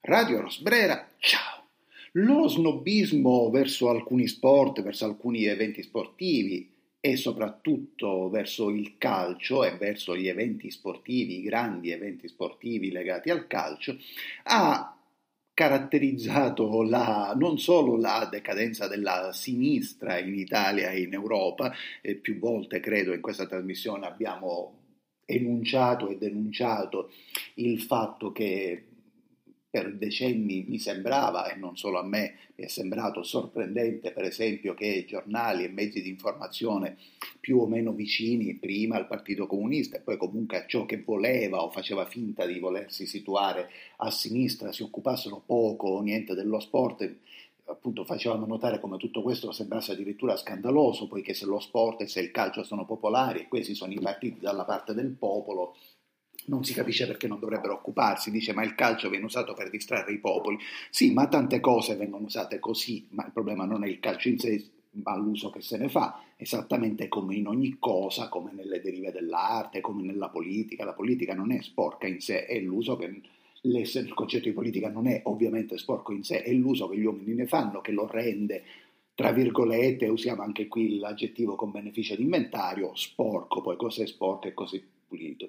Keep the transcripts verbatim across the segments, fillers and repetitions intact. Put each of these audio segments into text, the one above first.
Radio Rosbrera, ciao! Lo snobismo verso alcuni sport, verso alcuni eventi sportivi e soprattutto verso il calcio e verso gli eventi sportivi, i grandi eventi sportivi legati al calcio, ha caratterizzato la, non solo la decadenza della sinistra in Italia e in Europa, e più volte credo in questa trasmissione abbiamo enunciato e denunciato il fatto che per decenni mi sembrava, e non solo a me, mi è sembrato sorprendente per esempio che giornali e mezzi di informazione più o meno vicini prima al Partito Comunista e poi comunque a ciò che voleva o faceva finta di volersi situare a sinistra si occupassero poco o niente dello sport. Appunto facevano notare come tutto questo sembrasse addirittura scandaloso, poiché se lo sport e se il calcio sono popolari e questi sono i partiti dalla parte del popolo, non si capisce perché non dovrebbero occuparsi. Dice ma il calcio viene usato per distrarre i popoli. Sì, ma tante cose vengono usate così, ma il problema non è il calcio in sé, ma l'uso che se ne fa, esattamente come in ogni cosa, come nelle derive dell'arte, come nella politica. La politica non è sporca in sé, è l'uso che... il concetto di politica non è ovviamente sporco in sé, è l'uso che gli uomini ne fanno che lo rende, tra virgolette, usiamo anche qui l'aggettivo con beneficio di inventario, sporco. Poi cos'è sporco e cos'è pulito.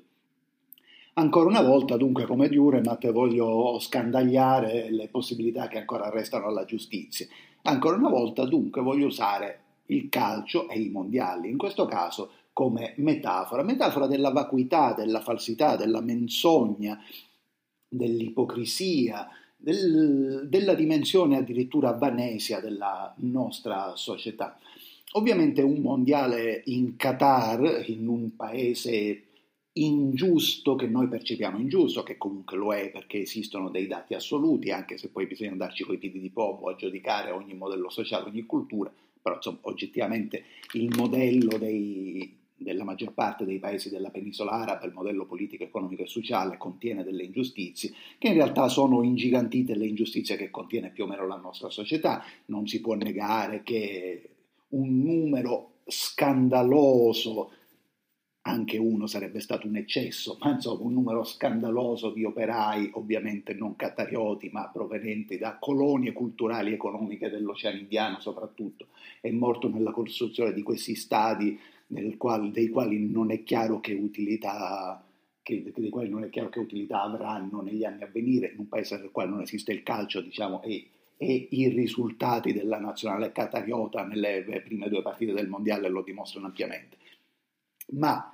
Ancora una volta, dunque, come Diuremat, voglio scandagliare le possibilità che ancora restano alla giustizia. Ancora una volta, dunque, voglio usare il calcio e i mondiali, in questo caso come metafora, metafora della vacuità, della falsità, della menzogna, dell'ipocrisia, del, della dimensione addirittura vanesia della nostra società. Ovviamente un mondiale in Qatar, in un paese ingiusto, che noi percepiamo ingiusto, che comunque lo è perché esistono dei dati assoluti, anche se poi bisogna andarci coi piedi di pomo a giudicare ogni modello sociale, ogni cultura, però insomma oggettivamente il modello dei, della maggior parte dei paesi della penisola araba, il modello politico, economico e sociale contiene delle ingiustizie che in realtà sono ingigantite le ingiustizie che contiene più o meno la nostra società. Non si può negare che un numero scandaloso, anche uno sarebbe stato un eccesso, ma insomma un numero scandaloso di operai, ovviamente non qatarioti, ma provenienti da colonie culturali e economiche dell'Oceano Indiano soprattutto, è morto nella costruzione di questi stadi nel quali, dei quali non è chiaro che utilità, che, dei quali non è chiaro che utilità avranno negli anni a venire, in un paese nel quale non esiste il calcio, diciamo, e, e i risultati della nazionale qatariota nelle prime due partite del mondiale lo dimostrano ampiamente. Ma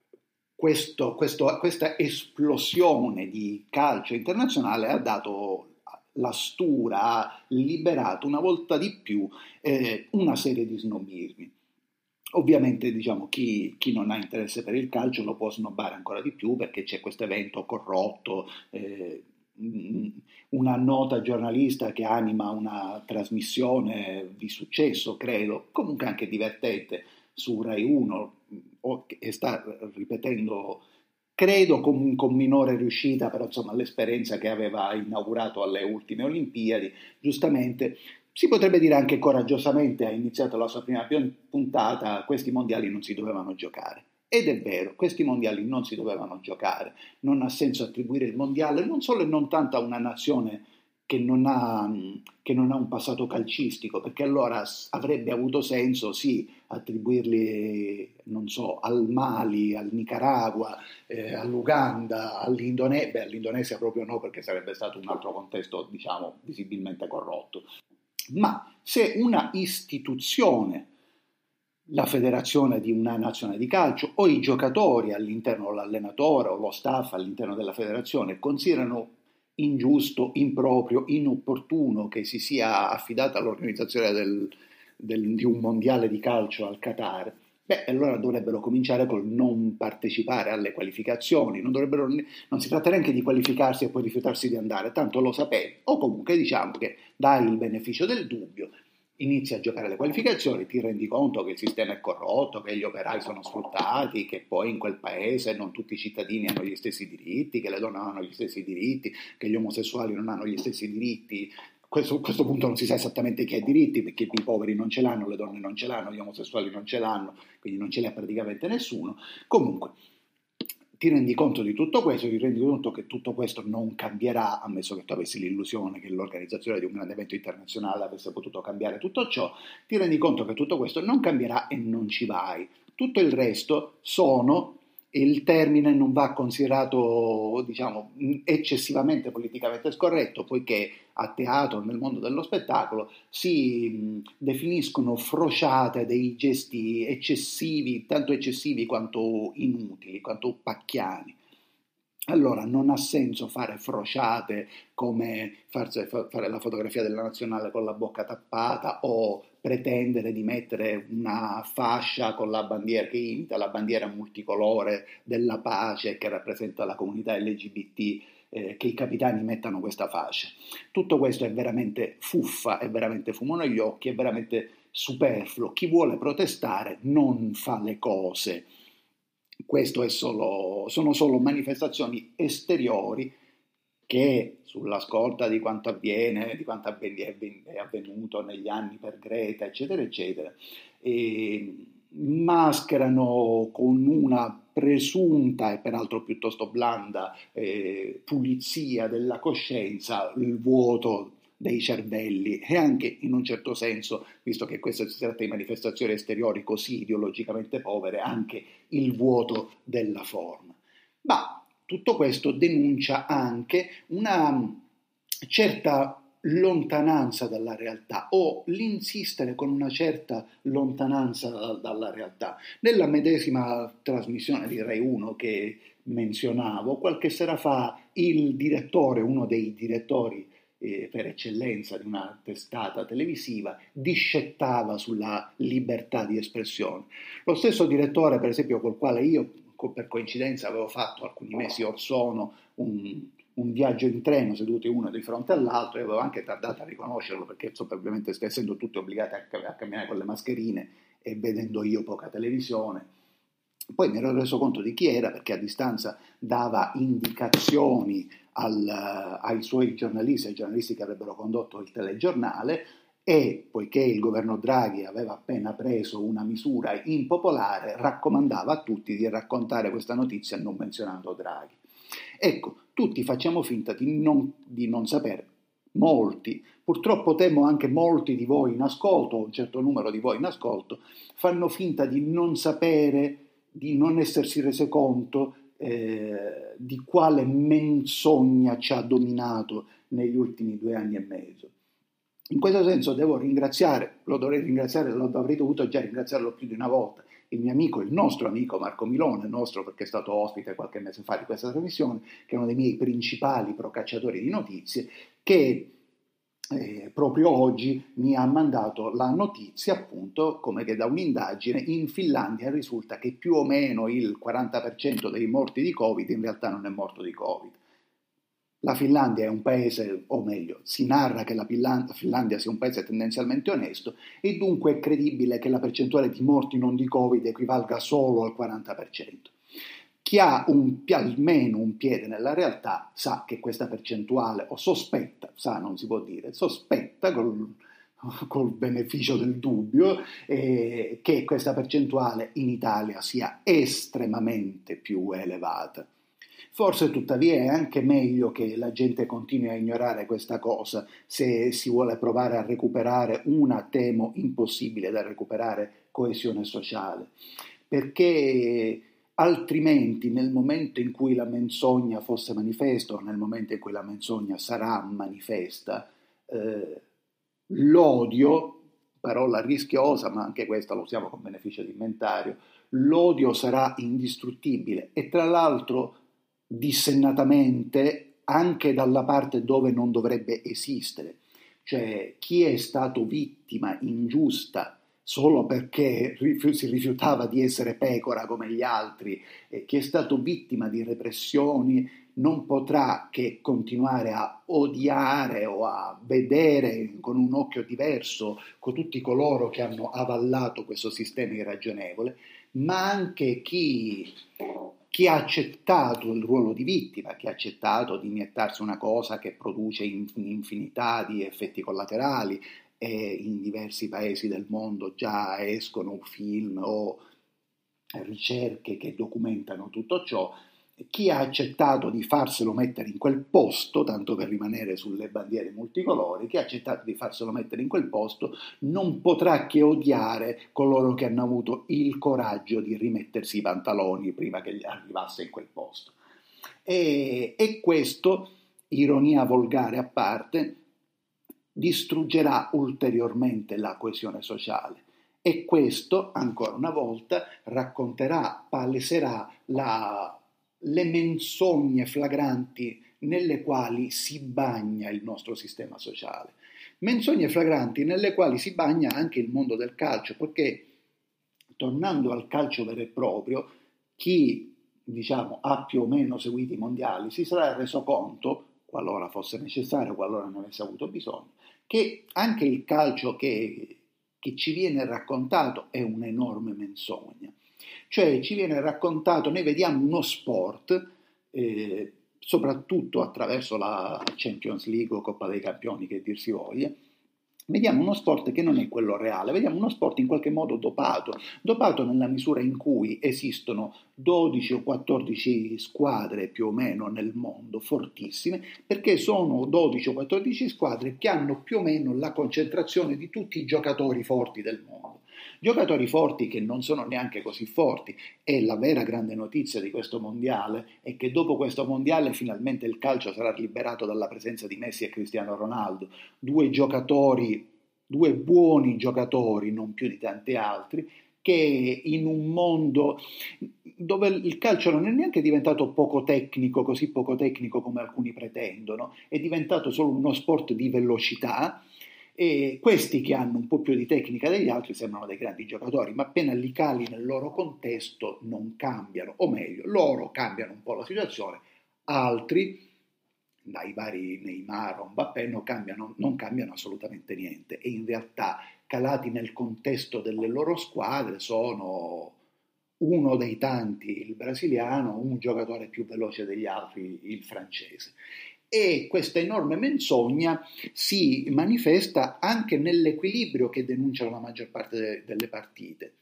questo, questo, questa esplosione di calcio internazionale ha dato la stura, ha liberato una volta di più eh, una serie di snobismi. Ovviamente diciamo chi, chi non ha interesse per il calcio lo può snobbare ancora di più perché c'è questo evento corrotto, eh, una nota giornalista che anima una trasmissione di successo, credo, comunque anche divertente, su Rai uno, e sta ripetendo, credo con, con minore riuscita, però insomma l'esperienza che aveva inaugurato alle ultime Olimpiadi, giustamente, si potrebbe dire anche coraggiosamente, ha iniziato la sua prima puntata, questi mondiali non si dovevano giocare. Ed è vero, questi mondiali non si dovevano giocare, non ha senso attribuire il mondiale non solo e non tanto a una nazione che non ha, che non ha un passato calcistico, perché allora avrebbe avuto senso sì attribuirli, non so, al Mali, al Nicaragua, eh, all'Uganda, all'Indonesia, beh all'Indonesia proprio no, perché sarebbe stato un altro contesto, diciamo, visibilmente corrotto. Ma se una istituzione, la federazione di una nazione di calcio o i giocatori all'interno, l'allenatore o lo staff all'interno della federazione considerano ingiusto, improprio, inopportuno che si sia affidata all'organizzazione del, del, di un mondiale di calcio al Qatar, beh, allora dovrebbero cominciare col non partecipare alle qualificazioni, non, dovrebbero, non si tratta neanche di qualificarsi e poi rifiutarsi di andare, tanto lo sapevi, o comunque diciamo che dai il beneficio del dubbio, inizi a giocare le qualificazioni, ti rendi conto che il sistema è corrotto, che gli operai sono sfruttati, che poi in quel paese non tutti i cittadini hanno gli stessi diritti, che le donne non hanno gli stessi diritti, che gli omosessuali non hanno gli stessi diritti. Questo, a questo punto non si sa esattamente chi ha i diritti, perché i poveri non ce l'hanno, le donne non ce l'hanno, gli omosessuali non ce l'hanno, quindi non ce l'ha praticamente nessuno. Comunque, ti rendi conto di tutto questo, ti rendi conto che tutto questo non cambierà, ammesso che tu avessi l'illusione che l'organizzazione di un grande evento internazionale avesse potuto cambiare tutto ciò, ti rendi conto che tutto questo non cambierà e non ci vai. Tutto il resto sono, e il termine non va considerato, diciamo, eccessivamente politicamente scorretto, poiché a teatro, nel mondo dello spettacolo, si mh, definiscono frociate dei gesti eccessivi, tanto eccessivi quanto inutili, quanto pacchiani. Allora non ha senso fare frociate come farsi, fare la fotografia della nazionale con la bocca tappata o pretendere di mettere una fascia con la bandiera che imita la bandiera multicolore della pace che rappresenta la comunità L G B T, eh, che i capitani mettano questa fascia. Tutto questo è veramente fuffa, è veramente fumo negli occhi, è veramente superfluo. Chi vuole protestare non fa le cose. Questo è solo, sono solo manifestazioni esteriori che, sulla scorta di quanto avviene, di quanto è avvenuto negli anni per Greta, eccetera, eccetera, eh, mascherano con una presunta e peraltro piuttosto blanda eh, pulizia della coscienza il vuoto dei cervelli e anche in un certo senso, visto che questo si tratta di manifestazioni esteriori così ideologicamente povere, anche il vuoto della forma. Ma tutto questo denuncia anche una certa lontananza dalla realtà o l'insistere con una certa lontananza dalla realtà. Nella medesima trasmissione di Rai uno che menzionavo, qualche sera fa il direttore, uno dei direttori eh, per eccellenza di una testata televisiva, discettava sulla libertà di espressione. Lo stesso direttore, per esempio, col quale io per coincidenza avevo fatto alcuni mesi or sono un, un viaggio in treno seduti uno di fronte all'altro e avevo anche tardato a riconoscerlo perché insomma, ovviamente essendo tutti obbligati a, a camminare con le mascherine e vedendo io poca televisione. Poi mi ero reso conto di chi era perché a distanza dava indicazioni al, ai suoi giornalisti, ai giornalisti che avrebbero condotto il telegiornale, e poiché il governo Draghi aveva appena preso una misura impopolare, raccomandava a tutti di raccontare questa notizia non menzionando Draghi. Ecco, tutti facciamo finta di non, di non sapere, molti, purtroppo temo anche molti di voi in ascolto, un certo numero di voi in ascolto, fanno finta di non sapere, di non essersi rese conto eh, di quale menzogna ci ha dominato negli ultimi due anni e mezzo. In questo senso devo ringraziare, lo dovrei ringraziare, lo avrei dovuto già ringraziarlo più di una volta, il mio amico, il nostro amico Marco Milone, nostro perché è stato ospite qualche mese fa di questa trasmissione, che è uno dei miei principali procacciatori di notizie, che eh, proprio oggi mi ha mandato la notizia, appunto, come che da un'indagine in Finlandia risulta che più o meno il quaranta per cento dei morti di Covid in realtà non è morto di Covid. La Finlandia è un paese, o meglio, si narra che la Finlandia sia un paese tendenzialmente onesto e dunque è credibile che la percentuale di morti non di Covid equivalga solo al quaranta per cento. Chi ha un, almeno un piede nella realtà sa che questa percentuale, o sospetta, sa non si può dire, sospetta col, col beneficio del dubbio, eh, che questa percentuale in Italia sia estremamente più elevata. Forse tuttavia è anche meglio che la gente continui a ignorare questa cosa se si vuole provare a recuperare una, temo, impossibile da recuperare coesione sociale, perché altrimenti nel momento in cui la menzogna fosse manifesta o nel momento in cui la menzogna sarà manifesta, eh, l'odio, parola rischiosa ma anche questa lo usiamo con beneficio di inventario, l'odio sarà indistruttibile e tra l'altro dissennatamente anche dalla parte dove non dovrebbe esistere, cioè chi è stato vittima ingiusta solo perché si rifiutava di essere pecora come gli altri e chi è stato vittima di repressioni non potrà che continuare a odiare o a vedere con un occhio diverso con tutti coloro che hanno avallato questo sistema irragionevole, ma anche chi chi ha accettato il ruolo di vittima, chi ha accettato di iniettarsi una cosa che produce infinità di effetti collaterali e in diversi paesi del mondo già escono film o ricerche che documentano tutto ciò, chi ha accettato di farselo mettere in quel posto, tanto per rimanere sulle bandiere multicolori, chi ha accettato di farselo mettere in quel posto non potrà che odiare coloro che hanno avuto il coraggio di rimettersi i pantaloni prima che gli arrivasse in quel posto. E, e questo, ironia volgare a parte, distruggerà ulteriormente la coesione sociale. E questo, ancora una volta, racconterà, paleserà la, le menzogne flagranti nelle quali si bagna il nostro sistema sociale. Menzogne flagranti nelle quali si bagna anche il mondo del calcio, perché, tornando al calcio vero e proprio, chi, diciamo, ha più o meno seguito i mondiali si sarà reso conto, qualora fosse necessario, qualora ne avesse avuto bisogno, che anche il calcio che che ci viene raccontato è un'enorme menzogna. Cioè ci viene raccontato, noi vediamo uno sport, eh, soprattutto attraverso la Champions League o Coppa dei Campioni, che dir si voglia, vediamo uno sport che non è quello reale, vediamo uno sport in qualche modo dopato, dopato nella misura in cui esistono dodici o quattordici squadre più o meno nel mondo, fortissime, perché sono dodici o quattordici squadre che hanno più o meno la concentrazione di tutti i giocatori forti del mondo. Giocatori forti che non sono neanche così forti. E la vera grande notizia di questo mondiale è che dopo questo mondiale finalmente il calcio sarà liberato dalla presenza di Messi e Cristiano Ronaldo, due giocatori, due buoni giocatori, non più di tanti altri, che in un mondo dove il calcio non è neanche diventato poco tecnico, così poco tecnico come alcuni pretendono, è diventato solo uno sport di velocità. E questi che hanno un po' più di tecnica degli altri sembrano dei grandi giocatori, ma appena li cali nel loro contesto non cambiano, o meglio, loro cambiano un po' la situazione, altri, dai vari Neymar o Mbappé, non cambiano, non cambiano assolutamente niente, e in realtà calati nel contesto delle loro squadre sono uno dei tanti il brasiliano, un giocatore più veloce degli altri il francese. E questa enorme menzogna si manifesta anche nell'equilibrio che denunciano la maggior parte de- delle partite.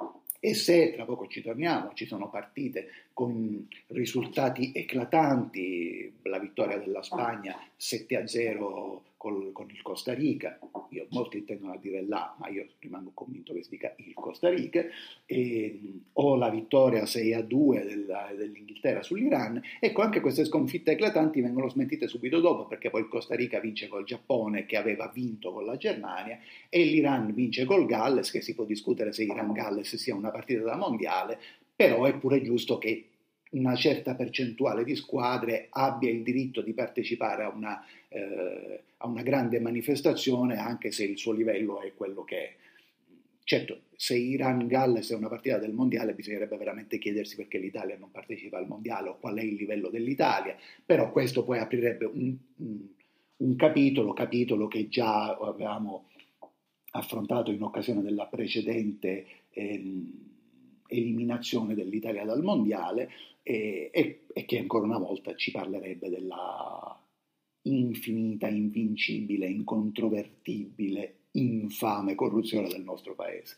E se, tra poco ci torniamo, ci sono partite con risultati eclatanti, la vittoria della Spagna sette a zero col, con il Costa Rica, io, molti tendono a dire là, ma io rimango convinto che si dica il Costa Rica, e, o la vittoria sei a due della, dell'Inghilterra sull'Iran, ecco, anche queste sconfitte eclatanti vengono smentite subito dopo, perché poi il Costa Rica vince col Giappone, che aveva vinto con la Germania, e l'Iran vince col Galles, che si può discutere se Iran-Galles sia una partita da mondiale, però è pure giusto che una certa percentuale di squadre abbia il diritto di partecipare a una, eh, a una grande manifestazione, anche se il suo livello è quello che è. Certo, se Iran-Galles è una partita del mondiale, bisognerebbe veramente chiedersi perché l'Italia non partecipa al mondiale o qual è il livello dell'Italia, però questo poi aprirebbe un, un, un capitolo, capitolo che già avevamo affrontato in occasione della precedente ehm, eliminazione dell'Italia dal mondiale, e, e, e che ancora una volta ci parlerebbe della infinita, invincibile, incontrovertibile, infame corruzione del nostro paese.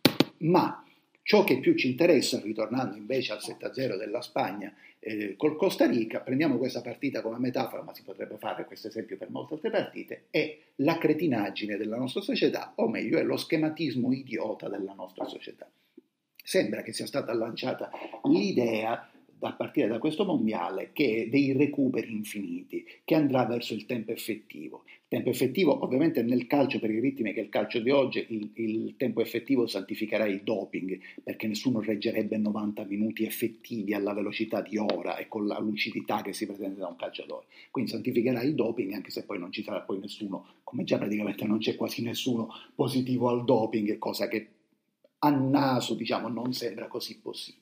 Ma ciò che più ci interessa, ritornando invece al sette a zero della Spagna eh, col Costa Rica, prendiamo questa partita come metafora, ma si potrebbe fare questo esempio per molte altre partite, è la cretinaggine della nostra società, o meglio è lo schematismo idiota della nostra società. Sembra che sia stata lanciata l'idea a partire da questo mondiale che dei recuperi infiniti, che andrà verso il tempo effettivo. Il tempo effettivo, ovviamente nel calcio, per i ritmi che è il calcio di oggi, il, il tempo effettivo santificherà il doping, perché nessuno reggerebbe novanta minuti effettivi alla velocità di ora e con la lucidità che si pretende da un calciatore. Quindi santificherà il doping, anche se poi non ci sarà poi nessuno, come già praticamente non c'è quasi nessuno positivo al doping, cosa che a naso, diciamo, non sembra così possibile.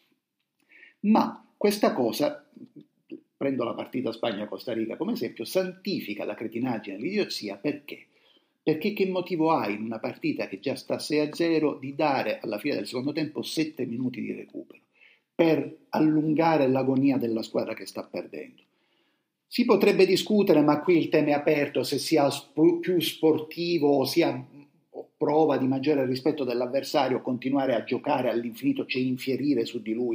Ma questa cosa, prendo la partita Spagna-Costa Rica come esempio, santifica la cretinaggine e l'idiozia perché? Perché che motivo hai in una partita che già sta sei a zero di dare alla fine del secondo tempo sette minuti di recupero per allungare l'agonia della squadra che sta perdendo? Si potrebbe discutere, ma qui il tema è aperto, se sia sp- più sportivo o sia prova di maggiore rispetto dell'avversario continuare a giocare all'infinito, cioè infierire su di lui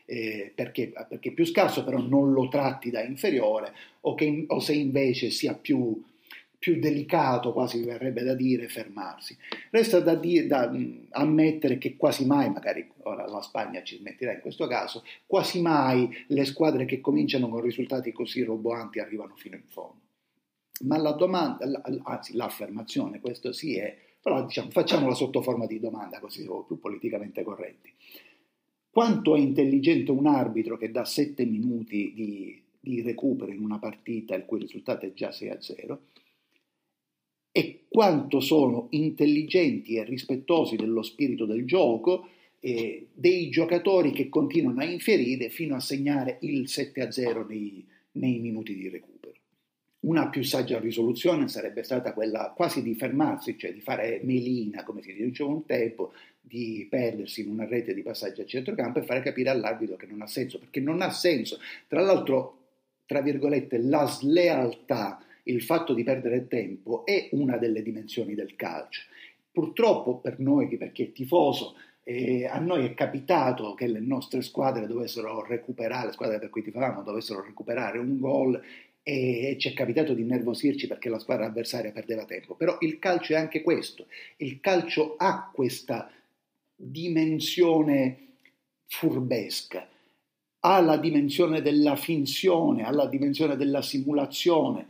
eh, perché, perché è più scarso, però non lo tratti da inferiore, o, che, o se invece sia più, più delicato, quasi verrebbe da dire, fermarsi. Resta da, di, da ammettere che quasi mai, magari ora la Spagna ci smetterà in questo caso, quasi mai le squadre che cominciano con risultati così roboanti arrivano fino in fondo. Ma la domanda, anzi l'affermazione, questo sì è, però diciamo, facciamola sotto forma di domanda, così siamo più politicamente corretti. Quanto è intelligente un arbitro che dà sette minuti di, di recupero in una partita il cui risultato è già sei a zero? E quanto sono intelligenti e rispettosi dello spirito del gioco eh, dei giocatori che continuano a infierire fino a segnare il sette a zero nei, nei minuti di recupero. Una più saggia risoluzione sarebbe stata quella quasi di fermarsi, cioè di fare melina, come si diceva un tempo, di perdersi in una rete di passaggio a centrocampo e fare capire all'arbitro che non ha senso, perché non ha senso. Tra l'altro, tra virgolette, la slealtà, il fatto di perdere tempo è una delle dimensioni del calcio. Purtroppo per noi, per chi è tifoso, eh, a noi è capitato che le nostre squadre dovessero recuperare, le squadre per cui tifavamo dovessero recuperare un gol e ci è capitato di innervosirci perché la squadra avversaria perdeva tempo. Però il calcio è anche questo, il calcio ha questa dimensione furbesca, ha la dimensione della finzione, ha la dimensione della simulazione,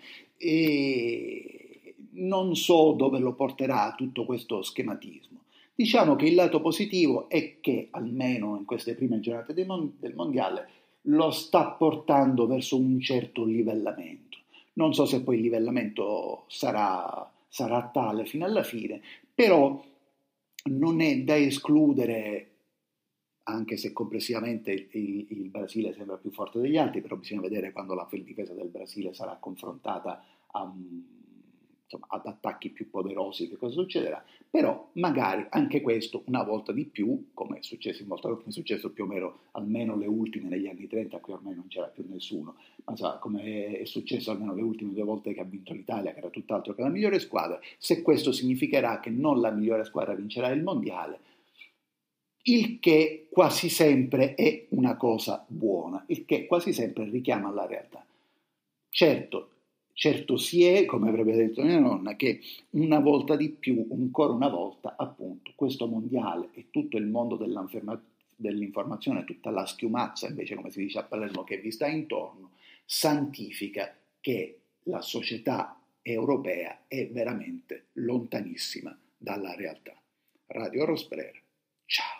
e non so dove lo porterà tutto questo schematismo. Diciamo che il lato positivo è che, almeno in queste prime giornate del mondiale, lo sta portando verso un certo livellamento. Non so se poi il livellamento sarà, sarà tale fino alla fine, però non è da escludere, anche se complessivamente il, il Brasile sembra più forte degli altri, però bisogna vedere quando la difesa del Brasile sarà confrontata a, insomma, ad attacchi più poderosi che cosa succederà. Però magari anche questo una volta di più, come è successo, in volta, come è successo più o meno almeno le ultime negli anni trenta, qui ormai non c'era più nessuno, ma sa, come è successo almeno le ultime due volte che ha vinto l'Italia, che era tutt'altro che la migliore squadra, se questo significherà che non la migliore squadra vincerà il mondiale, il che quasi sempre è una cosa buona, il che quasi sempre richiama alla realtà. Certo, certo si è, come avrebbe detto mia nonna, che una volta di più, ancora una volta, appunto, questo mondiale e tutto il mondo dell'informazione, tutta la schiumazza, invece come si dice a Palermo, che vi sta intorno, santifica che la società europea è veramente lontanissima dalla realtà. Radio Rosbrera, ciao!